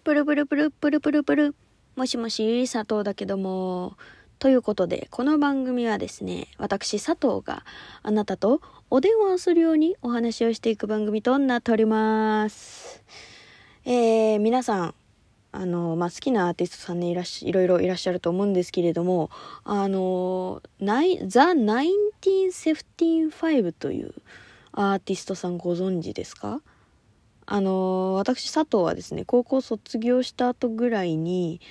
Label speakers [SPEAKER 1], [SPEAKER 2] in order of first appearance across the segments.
[SPEAKER 1] プルプルプルプルプルプル。もしもし、佐藤だけども。ということで、この番組はですね、私佐藤があなたとお電話をするようにお話をしていく番組となっております。皆さん、好きなアーティストさんね、いろいろいらっしゃると思うんですけれども、The 1975というアーティストさんご存知ですか？私佐藤はですね、高校卒業した後ぐらいに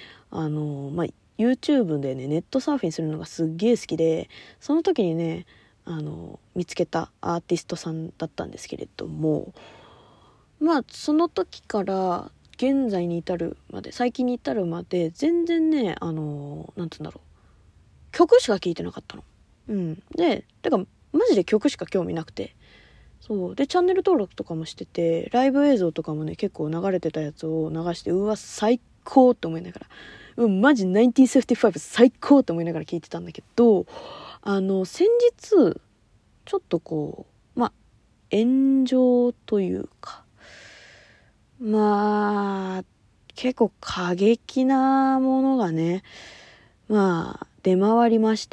[SPEAKER 1] YouTube でね、ネットサーフィンするのがすっげー好きで、その時にね見つけたアーティストさんだったんですけれども、その時から現在に至るまで、最近に至るまで全然ねなんつうんだろう、曲しか聴いてなかったの。でてかマジで曲しか興味なくて、そうでチャンネル登録とかもしてて、ライブ映像とかもね結構流れてたやつを流して、うわ最高って思いながら、マジ1975最高って思いながら聞いてたんだけど、先日ちょっとこう炎上というか、結構過激なものがね出回りまして、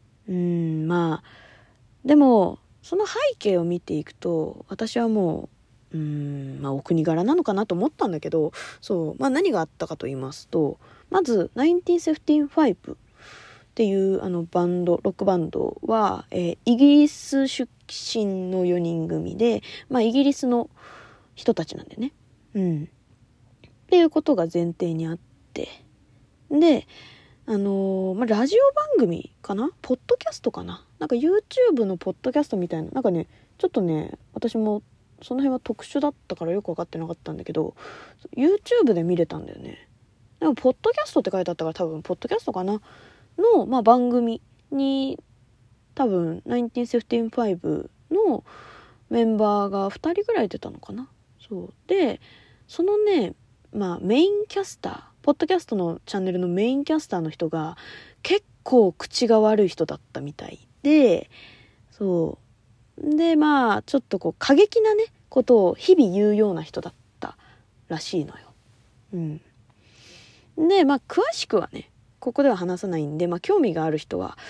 [SPEAKER 1] でもその背景を見ていくと、私はもうお国柄なのかなと思ったんだけど、何があったかと言いますと、まず1975っていうロックバンドは、イギリス出身の4人組で、イギリスの人たちなんでね、っていうことが前提にあって、でラジオ番組かな、ポッドキャストかな、YouTube のポッドキャストみたいな、ちょっとね私もその辺は特殊だったからよく分かってなかったんだけど、 YouTube で見れたんだよね。でもポッドキャストって書いてあったから、多分ポッドキャストかなの、番組に多分1975のメンバーが2人ぐらい出たのかな。そうで、そのねメインキャスター、ポッドキャストのチャンネルのメインキャスターの人が結構口が悪い人だったみたいで、そうでちょっとこう過激なねことを日々言うような人だったらしいのよ。で詳しくはねここでは話さないんで、興味がある人は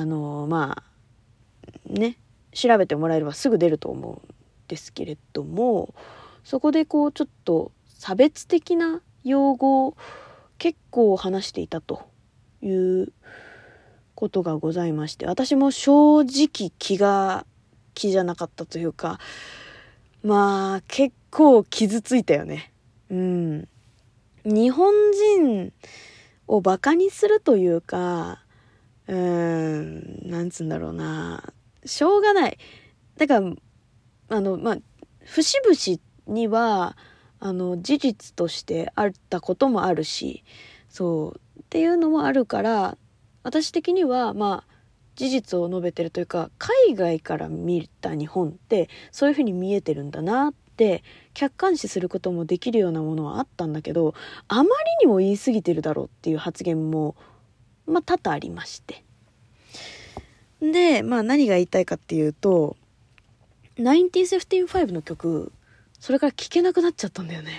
[SPEAKER 1] 調べてもらえればすぐ出ると思うんですけれども、そこでこうちょっと差別的な用語を結構話していたということがございまして、私も正直気じゃなかったというか、結構傷ついたよね。日本人をバカにするというか、なんつうんだろうな、しょうがない。だから節々には事実としてあったこともあるし、っていうのもあるから、私的には事実を述べてるというか、海外から見た日本ってそういう風に見えてるんだなって客観視することもできるようなものはあったんだけど、あまりにも言い過ぎてるだろうっていう発言も多々ありまして、で何が言いたいかっていうと、1975の曲それから聴けなくなっちゃったんだよね。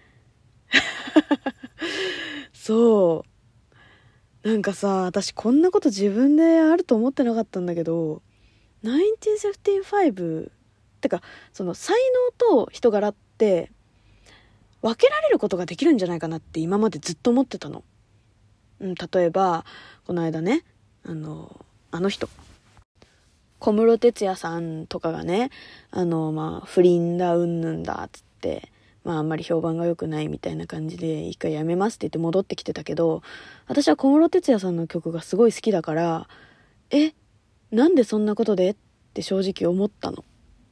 [SPEAKER 1] 私こんなこと自分であると思ってなかったんだけど、1975ってか、その才能と人柄って分けられることができるんじゃないかなって今までずっと思ってたの。例えばこの間ね、あの人小室哲哉さんとかがね、不倫だうんぬんだっつって、あんまり評判が良くないみたいな感じで一回やめますって言って戻ってきてたけど、私は小室哲哉さんの曲がすごい好きだから、なんでそんなことでって正直思ったの。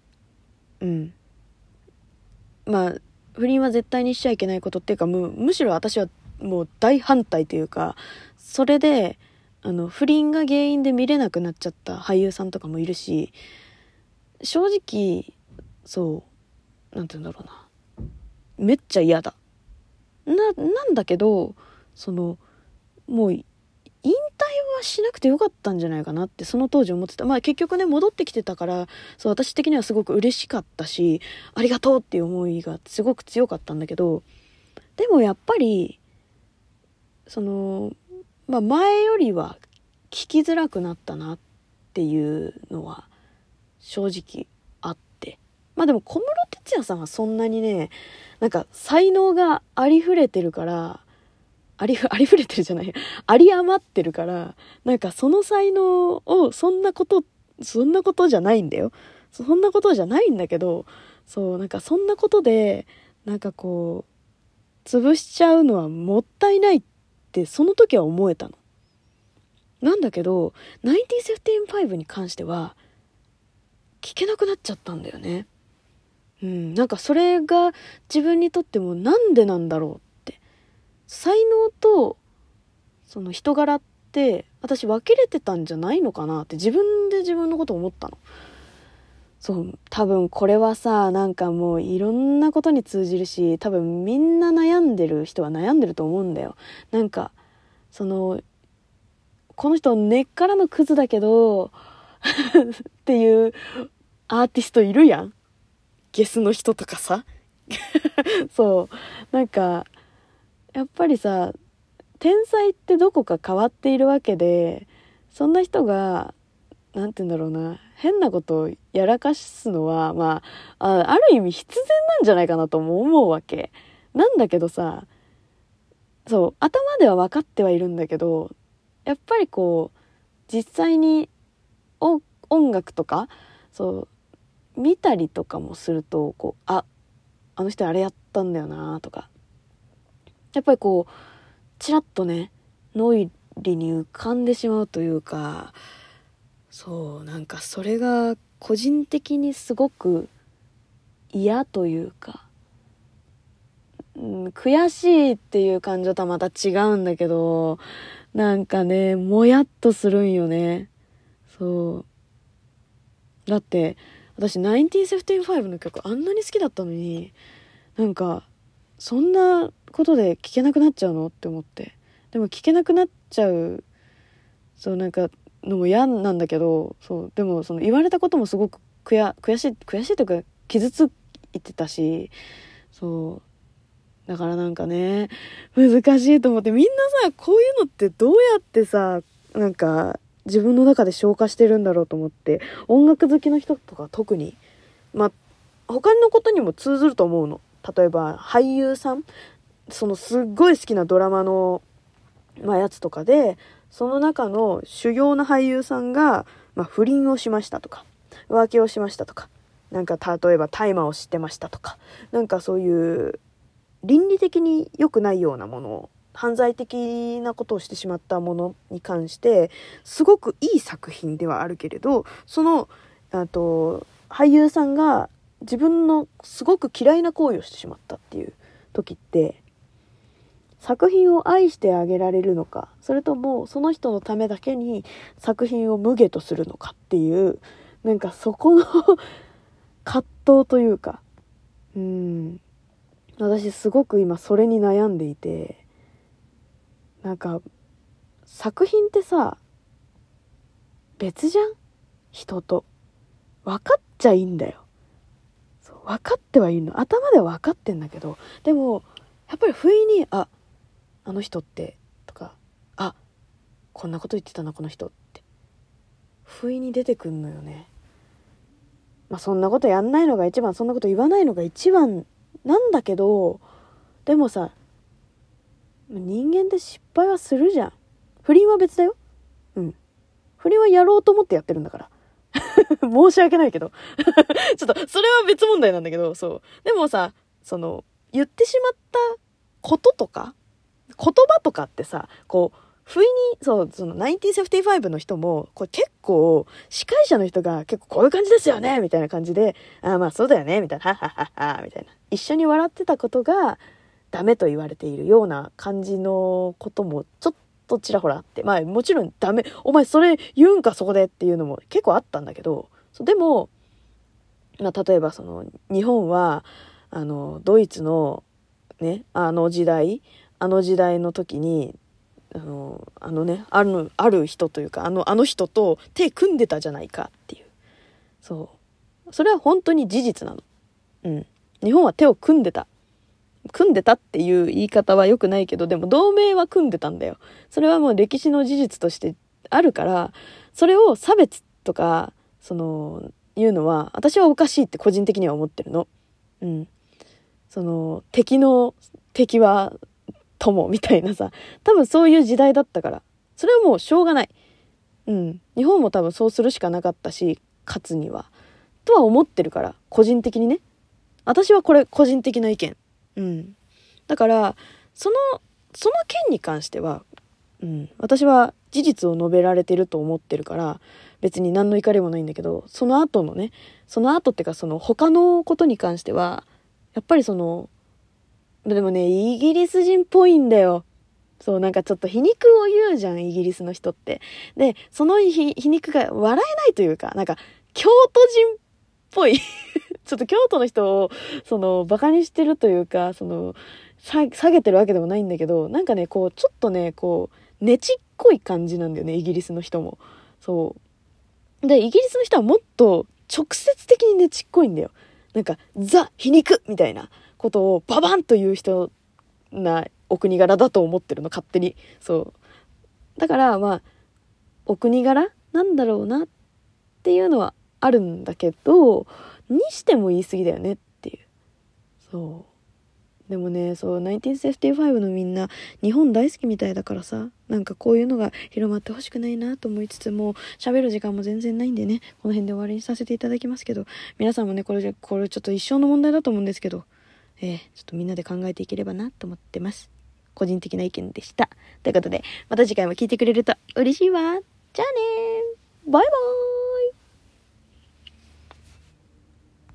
[SPEAKER 1] 不倫は絶対にしちゃいけないことっていうか、むしろ私はもう大反対というか、それで不倫が原因で見れなくなっちゃった俳優さんとかもいるし、正直なんて言うんだろうな、めっちゃ嫌だなんだけど、もう引退はしなくてよかったんじゃないかなってその当時思ってた。結局ね戻ってきてたから、私的にはすごく嬉しかったし、ありがとうっていう思いがすごく強かったんだけど、 でもやっぱりその、前よりは聞きづらくなったなっていうのは正直あって、でも小室哲哉さんはそんなにね、なんか才能がありふれてるから、ありふれてるじゃない、あり余ってるから、なんかその才能をそんなことじゃないんだよ。そんなことじゃないんだけど、そう、なんかそんなことで、なんかこう、潰しちゃうのはもったいないってその時は思えたの。なんだけど、1975に関しては、聞けなくなっちゃったんだよね。なんかそれが自分にとってもなんでなんだろうって。才能とその人柄って私分けれてたんじゃないのかなって自分で自分のこと思ったの。そう、多分これはさ、なんかもういろんなことに通じるし、多分みんな悩んでる人は悩んでると思うんだよ。なんかそのこの人根っからのクズだけどっていうアーティストいるやん。ゲスの人とかさそう、なんかやっぱりさ、天才ってどこか変わっているわけで、そんな人がなんて言うんだろうな、変なことをやらかすのはある意味必然なんじゃないかなとも思うわけなんだけどさ、そう頭では分かってはいるんだけど、やっぱりこう実際に音楽とかそう見たりとかもすると、こうあの人あれやったんだよなとか、やっぱりこうちらっとね脳裏に浮かんでしまうというか、そうなんかそれが個人的にすごく嫌というか、悔しいっていう感情とはまた違うんだけど、なんかねもやっとするんよね。そうだって私1975の曲あんなに好きだったのに、なんかそんなことで聴けなくなっちゃうのって思って。でも聴けなくなっちゃうなんかのも嫌なんだけど、でもその言われたこともすごく悔しいというか傷ついてたし、だからなんかね難しいと思って、みんなさこういうのってどうやってさなんか自分の中で消化してるんだろうと思って、音楽好きの人とか特に他のことにも通ずると思うの。例えば俳優さん、そのすっごい好きなドラマのやつとかで、その中の主要な俳優さんが、不倫をしましたとか浮気をしましたとか、なんか例えば大麻を知ってましたとか、なんかそういう倫理的に良くないようなものを、犯罪的なことをしてしまったものに関してすごくいい作品ではあるけれど、その俳優さんが自分のすごく嫌いな行為をしてしまったっていう時って、作品を愛してあげられるのか、それともその人のためだけに作品を無下とするのかっていう、なんかそこの葛藤というか、私すごく今それに悩んでいて、なんか作品ってさ別じゃん、人と。分かっちゃいいんだよ。分かってはいるの、頭では分かってんだけど、でもやっぱり不意にあの人ってとか、こんなこと言ってたなこの人って不意に出てくんのよね。そんなことやんないのが一番、そんなこと言わないのが一番なんだけど、でもさ人間で失敗はするじゃん。不倫は別だよ。不倫はやろうと思ってやってるんだから申し訳ないけどちょっとそれは別問題なんだけど、でもさ、言ってしまったこととか言葉とかってさ、こう不意にその1975の人もこれ結構司会者の人が結構こういう感じですよねみたいな感じで、そうだよねみたいな、ははははみたいな、一緒に笑ってたことがダメと言われているような感じのこともちょっとちらほらあって、もちろんダメ、お前それ言うんかそこでっていうのも結構あったんだけど、でも例えば日本はドイツのねあの時代の時にある人というかあの人と手組んでたじゃないかっていう、それは本当に事実なの。日本は手を組んでた。 組んでたっていう言い方は良くないけど、でも同盟は組んでたんだよ。それはもう歴史の事実としてあるから、それを差別とか、いうのは、私はおかしいって個人的には思ってるの。うん。敵の敵は友みたいなさ、多分そういう時代だったから。それはもうしょうがない。うん。日本も多分そうするしかなかったし、勝つには。とは思ってるから、個人的にね。私はこれ個人的な意見。うん。だから、その件に関しては、うん。私は事実を述べられてると思ってるから、別に何の怒りもないんだけど、その後っていうか他のことに関しては、やっぱりでもね、イギリス人っぽいんだよ。そう、なんかちょっと皮肉を言うじゃん、イギリスの人って。で、その皮肉が笑えないというか、なんか、京都人っぽい。ちょっと京都の人を、バカにしてるというか、下げてるわけでもないんだけど、なんかね、ちょっとね、ねちっこい感じなんだよね、イギリスの人も。そう。で、イギリスの人はもっと直接的にねちっこいんだよ。なんか、ザ・皮肉みたいなことをババンと言う人なお国柄だと思ってるの、勝手に。そう。だから、お国柄なんだろうなっていうのはあるんだけど、にしても言い過ぎだよねっていう。そう。でもね、1975のみんな、日本大好きみたいだからさ、なんかこういうのが広まってほしくないなと思いつつも、喋る時間も全然ないんでね、この辺で終わりにさせていただきますけど、皆さんもね、これちょっと一生の問題だと思うんですけど、ちょっとみんなで考えていければなと思ってます。個人的な意見でした。ということで、また次回も聞いてくれると嬉しいわ。じゃあねー。バイバーイ。